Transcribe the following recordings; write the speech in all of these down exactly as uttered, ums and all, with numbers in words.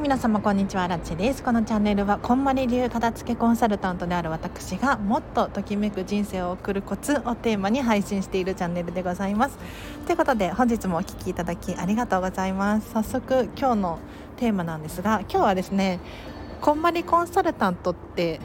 皆様こんにちは、ラッチです。このチャンネルはこんまり流片付けコンサルタントである私がもっとときめく人生を送るコツをテーマに配信しているチャンネルでございます。ということで本日もお聞きいただきありがとうございます。早速今日のテーマなんですが、今日はですね、こんまりコンサルタントって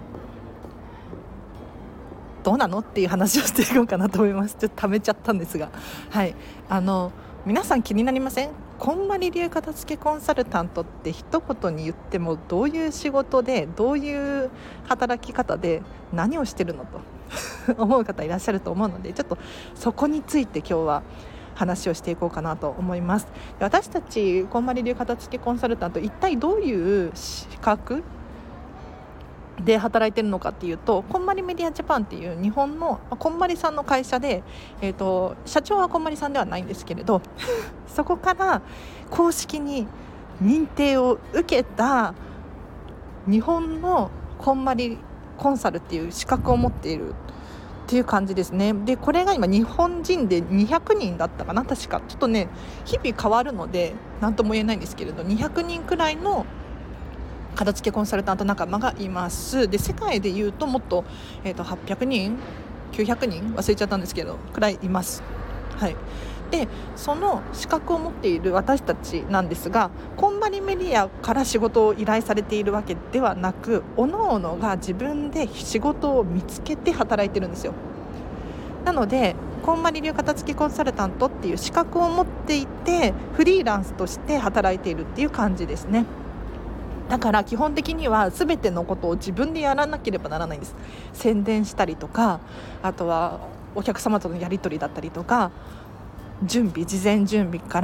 どうなのっていう話をしていこうかなと思います。ちょっとためちゃったんですが、はい、あの皆さん気になりません？こんまり流片付けコンサルタントって一言に言ってもどういう仕事でどういう働き方で何をしてるのと思う方いらっしゃると思うので、ちょっとそこについて今日は話をしていこうかなと思います。私たちこんまり流片付けコンサルタント、一体どういう資格で働いてるのかっていうと、こんまりメディアジャパンっていう日本のこんまりさんの会社で、えーと、社長はこんまりさんではないんですけれどそこから公式に認定を受けた日本のこんまりコンサルっていう資格を持っているっていう感じですね。でこれが今日本人でにひゃくにんだったかな、確か。ちょっとね日々変わるので何とも言えないんですけれど、にひゃくにんくらいの片付けコンサルタント仲間がいます。で世界でいうともっと、えーとはっぴゃくにんきゅうひゃくにん忘れちゃったんですけどくらいいます。はい。でその資格を持っている私たちなんですが、こんまりメディアから仕事を依頼されているわけではなく、各々が自分で仕事を見つけて働いてるんですよ。なのでこんまり流片付けコンサルタントっていう資格を持っていて、フリーランスとして働いているっていう感じですね。だから基本的には全てのことを自分でやらなければならないんです。宣伝したりとか、あとはお客様とのやり取りだったりとか、準備事前準備から、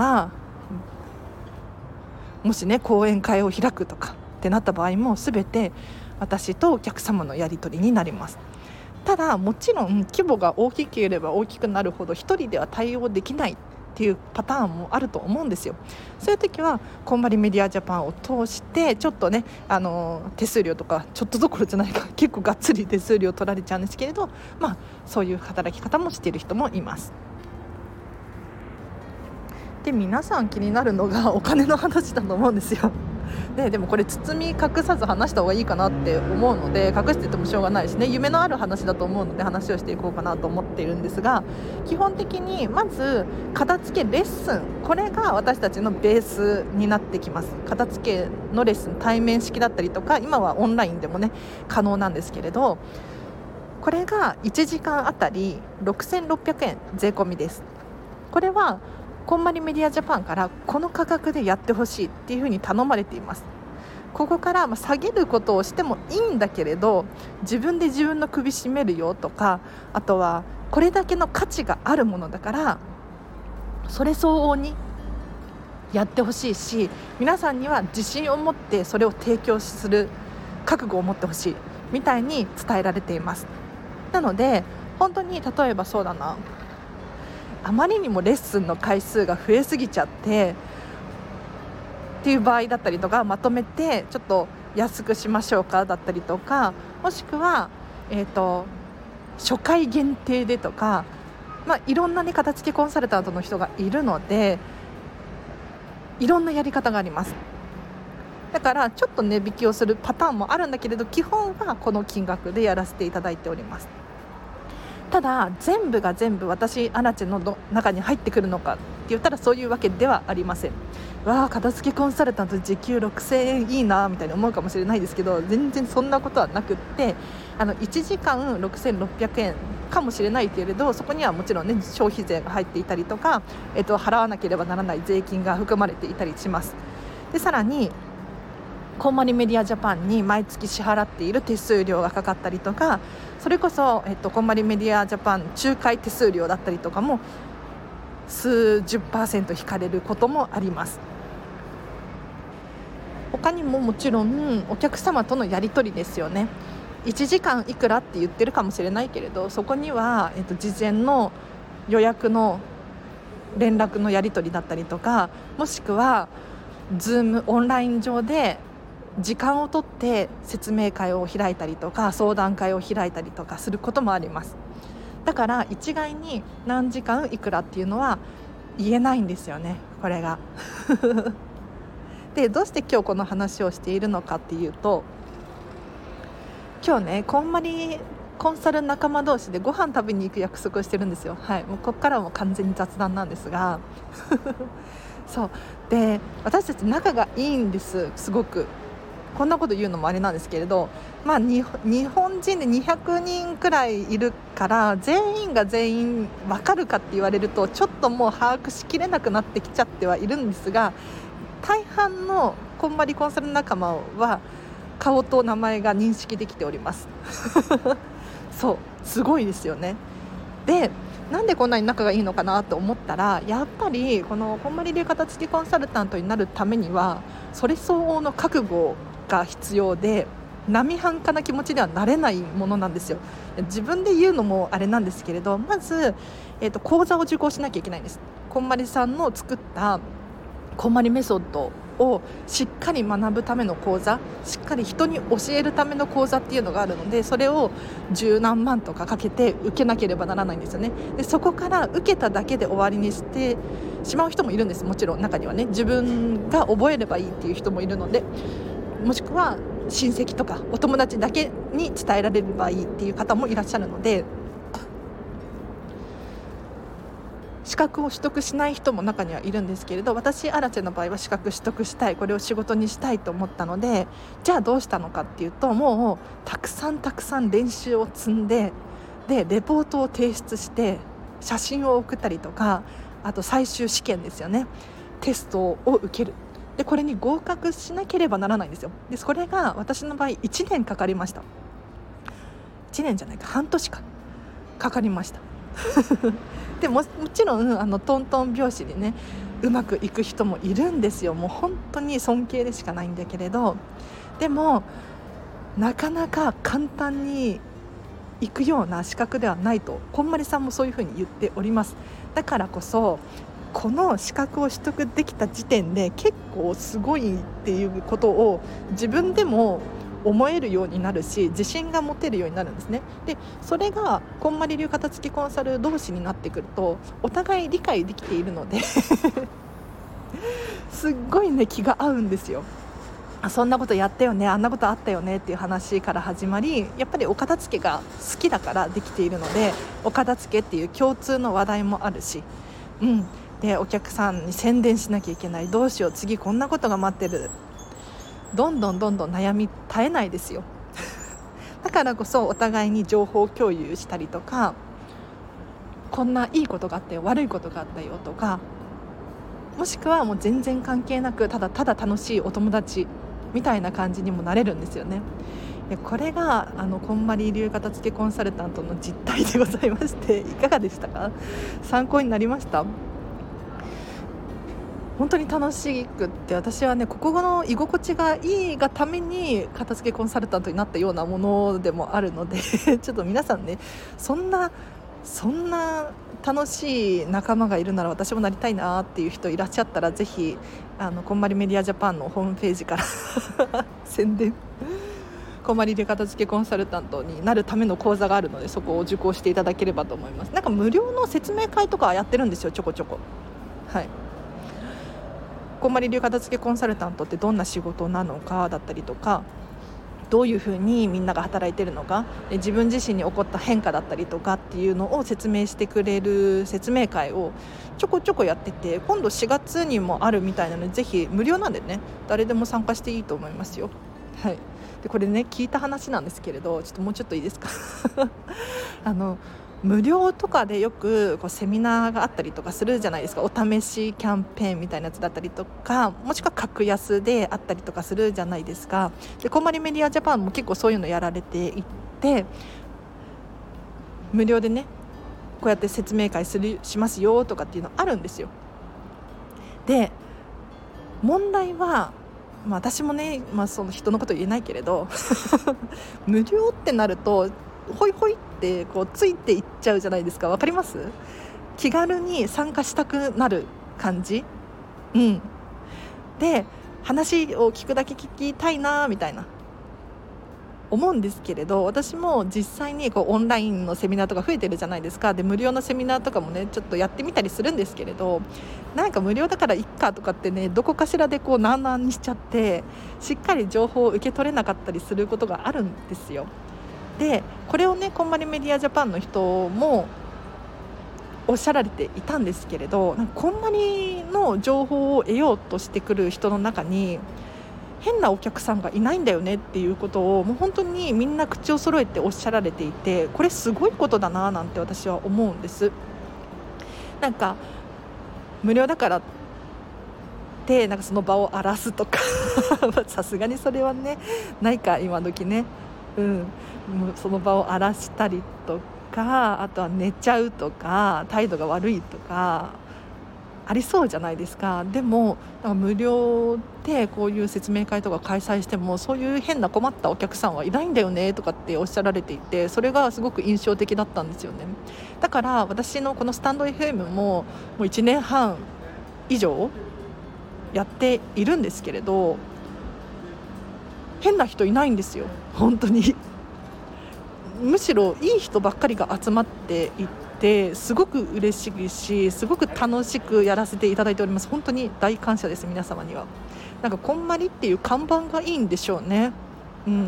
もしね講演会を開くとかってなった場合も全て私とお客様のやり取りになります。ただもちろん規模が大きければ大きくなるほど一人では対応できないっていうパターンもあると思うんですよ。そういう時はこんまりメディアジャパンを通してちょっとね、あの手数料とかちょっとどころじゃないか結構がっつり手数料取られちゃうんですけれど、まあそういう働き方もしている人もいます。で皆さん気になるのがお金の話だと思うんですよ。で, でもこれ包み隠さず話した方がいいかなって思うので、隠しててもしょうがないしね、夢のある話だと思うので話をしていこうかなと思っているんですが、基本的にまず片付けレッスン、これが私たちのベースになってきます。片付けのレッスン、対面式だったりとか、今はオンラインでもね可能なんですけれど、これがいちじかんあたりろくせんろっぴゃくえん税込みです。これはこんまりメディアジャパンからこの価格でやってほしいっていうふうに頼まれています。ここから下げることをしてもいいんだけれど、自分で自分の首絞めるよとか、あとはこれだけの価値があるものだからそれ相応にやってほしいし、皆さんには自信を持ってそれを提供する覚悟を持ってほしいみたいに伝えられています。なので本当に例えばそうだな、あまりにもレッスンの回数が増えすぎちゃってっていう場合だったりとか、まとめてちょっと安くしましょうかだったりとか、もしくは、えーと、初回限定でとか、まあ、いろんな、ね、片付けコンサルタントの人がいるのでいろんなやり方があります。だからちょっと値引きをするパターンもあるんだけれど、基本はこの金額でやらせていただいております。ただ全部が全部私アラチェの中に入ってくるのかって言ったらそういうわけではありません。わあ片付けコンサルタント時給ろくせんえんいいなみたいに思うかもしれないですけど、全然そんなことはなくって、あのいちじかんろくせんろっぴゃくえんかもしれないけれど、そこにはもちろんね消費税が入っていたりとか、えっと、払わなければならない税金が含まれていたりします。でさらにこんまりメディアジャパンに毎月支払っている手数料がかかったりとか、それこそ、えっと、こんまりメディアジャパン仲介手数料だったりとかも数十パーセント引かれることもあります。他にももちろんお客様とのやり取りですよね。いちじかんいくらって言ってるかもしれないけれど、そこには、えっと、事前の予約の連絡のやり取りだったりとか、もしくは Zoom オンライン上で時間をとって説明会を開いたりとか相談会を開いたりとかすることもあります。だから一概に何時間いくらっていうのは言えないんですよね、これがでどうして今日この話をしているのかっていうと、今日ねこんまりコンサル仲間同士でご飯食べに行く約束をしてるんですよ。はい、もうここからはもう完全に雑談なんですがそうで、私たち仲がいいんです。すごくこんなこと言うのもあれなんですけれど、まあ、に日本人でにひゃくにんくらいいるから全員が全員分かるかって言われるとちょっともう把握しきれなくなってきちゃってはいるんですが、大半のこんまりコンサル仲間は顔と名前が認識できておりますそうすごいですよね。でなんでこんなに仲がいいのかなと思ったら、やっぱりこのこんまり流片付きコンサルタントになるためにはそれ相応の覚悟が必要で、並半可な気持ちではなれないものなんですよ。自分で言うのもあれなんですけれど、まず、えーと、講座を受講しなきゃいけないんです。こんまりさんの作ったこんまりメソッドをしっかり学ぶための講座、しっかり人に教えるための講座っていうのがあるので、それを十何万とかかけて受けなければならないんですよね。でそこから受けただけで終わりにしてしまう人もいるんです。もちろん中にはね、自分が覚えればいいっていう人もいるので、もしくは親戚とかお友達だけに伝えられればいいっていう方もいらっしゃるので、資格を取得しない人も中にはいるんですけれど、私アラチェの場合は資格取得したい、これを仕事にしたいと思ったので、じゃあどうしたのかっていうと、もうたくさんたくさん練習を積んで、でレポートを提出して写真を送ったりとか、あと最終試験ですよね、テストを受ける。でこれに合格しなければならないんですよ。でそれが私の場合いちねんかかりました。いちねんじゃないか、半年かかかりましたで も, もちろんあのトントン拍子にねうまくいく人もいるんですよ。もう本当に尊敬でしかないんだけれど、でもなかなか簡単にいくような資格ではないとこんまりさんもそういうふうに言っております。だからこそこの資格を取得できた時点で結構すごいっていうことを自分でも思えるようになるし、自信が持てるようになるんですね。でそれがこんまり流片付きコンサル同士になってくるとお互い理解できているのですっごいね気が合うんですよ。あそんなことやったよね、あんなことあったよねっていう話から始まり、やっぱりお片付けが好きだからできているので、お片付けっていう共通の話題もあるし、うんでお客さんに宣伝しなきゃいけない、どうしよう次こんなことが待ってる、どんどんどんどん悩み絶えないですよだからこそお互いに情報共有したりとか、こんないいことがあったよ、悪いことがあったよとか、もしくはもう全然関係なくただただ楽しいお友達みたいな感じにもなれるんですよね。でこれがあのこんまり流片付けコンサルタントの実態でございまして、いかがでしたか？参考になりました？本当に楽しくって、私はねここの居心地がいいがために片付けコンサルタントになったようなものでもあるのでちょっと皆さんね、そんなそんな楽しい仲間がいるなら私もなりたいなっていう人いらっしゃったら、ぜひあのこんまりメディアジャパンのホームページから宣伝こんまり流片付けコンサルタントになるための講座があるので、そこを受講していただければと思います。なんか無料の説明会とかやってるんですよ、ちょこちょこ。はい、こんまり流片付けコンサルタントってどんな仕事なのかだったりとか、どういうふうにみんなが働いているのか、自分自身に起こった変化だったりとかっていうのを説明してくれる説明会をちょこちょこやってて、今度しがつにもあるみたいなので、ぜひ無料なんでね誰でも参加していいと思いますよ。はい、でこれね聞いた話なんですけれど、ちょっともうちょっといいですかあの無料とかでよくこうセミナーがあったりとかするじゃないですか。お試しキャンペーンみたいなやつだったりとか、もしくは格安であったりとかするじゃないですか。でこんまりメディアジャパンも結構そういうのやられていて、無料でねこうやって説明会するしますよとかっていうのあるんですよ。で問題は、まあ、私もね、まあ、その人のこと言えないけれど無料ってなるとホイホイってこうついていっちゃうじゃないですか。わかります？気軽に参加したくなる感じ、うん、で話を聞くだけ聞きたいなみたいな思うんですけれど、私も実際にこうオンラインのセミナーとか増えてるじゃないですか。で無料のセミナーとかもねちょっとやってみたりするんですけれど、なんか無料だからいっかとかってねどこかしらでこうなんなんにしちゃってしっかり情報を受け取れなかったりすることがあるんですよ。でこれをねこんまりメディアジャパンの人もおっしゃられていたんですけれど、なんかこんまりの情報を得ようとしてくる人の中に変なお客さんがいないんだよねっていうことをもう本当にみんな口を揃えておっしゃられていて、これすごいことだななんて私は思うんです。なんか無料だからってなんかその場を荒らすとかさすがにそれはねないか今時ね、うん、もうその場を荒らしたりとか、あとは寝ちゃうとか態度が悪いとかありそうじゃないですか。でもなんか無料でこういう説明会とか開催してもそういう変な困ったお客さんはいないんだよねとかっておっしゃられていて、それがすごく印象的だったんですよね。だから私のこのスタンド エフエム ももういちねんはん以上やっているんですけれど、変な人いないんですよ本当に。むしろいい人ばっかりが集まっていってすごく嬉しいし、すごく楽しくやらせていただいております。本当に大感謝です。皆様にはなんかこんまりっていう看板がいいんでしょうね。うん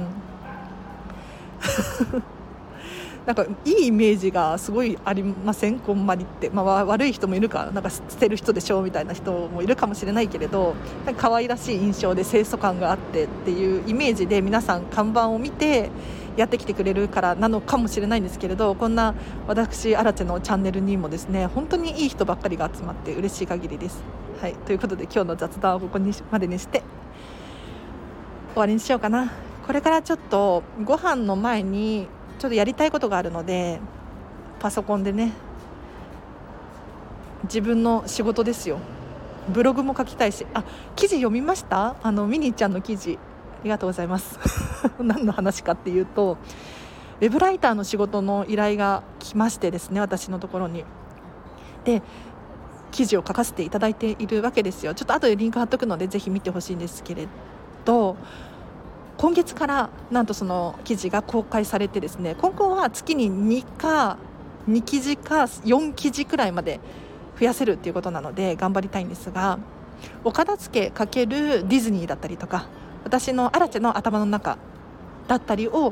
なんかいいイメージがすごいありませんこんまりって、まあ、悪い人もいるか、なんか捨てる人でしょみたいな人もいるかもしれないけれど、なんか可愛らしい印象で清楚感があってっていうイメージで皆さん看板を見てやってきてくれるからなのかもしれないんですけれど、こんな私アラチェのチャンネルにもですね本当にいい人ばっかりが集まって嬉しい限りです。はい、ということで今日の雑談をここにまでにして終わりにしようかな。これからちょっとご飯の前にちょっとやりたいことがあるので、パソコンでね自分の仕事ですよ、ブログも書きたいし、あ記事読みました？あのミニーちゃんの記事ありがとうございます何の話かっていうと、ウェブライターの仕事の依頼が来ましてですね、私のところに。で記事を書かせていただいているわけですよ。ちょっと後でリンク貼っとくのでぜひ見てほしいんですけれど、今月からなんとその記事が公開されてですね、今後は月ににかに記事かよん記事くらいまで増やせるっていうことなので頑張りたいんですが、お片付け×ディズニーだったりとか私のアラチェの頭の中だったりを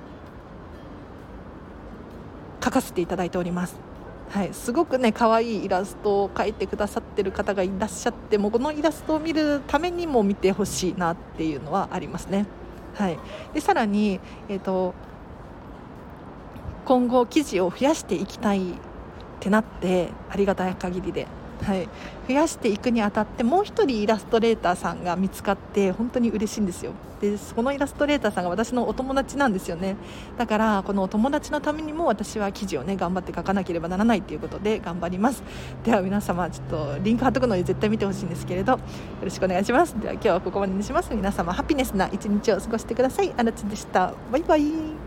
書かせていただいております。はい、すごくね可愛いイラストを描いてくださってる方がいらっしゃって、もうこのイラストを見るためにも見てほしいなっていうのはありますね。はい、でさらに、えーと、今後記事を増やしていきたいってなって、ありがたい限りで、はい、増やしていくにあたってもう一人イラストレーターさんが見つかって本当に嬉しいんですよ。でそのイラストレーターさんが私のお友達なんですよね。だからこのお友達のためにも私は記事をね頑張って書かなければならないということで頑張ります。では皆様ちょっとリンク貼っとくので絶対見てほしいんですけれどよろしくお願いします。では今日はここまでにします。皆様ハピネスな一日を過ごしてください。あらちでした。バイバイ。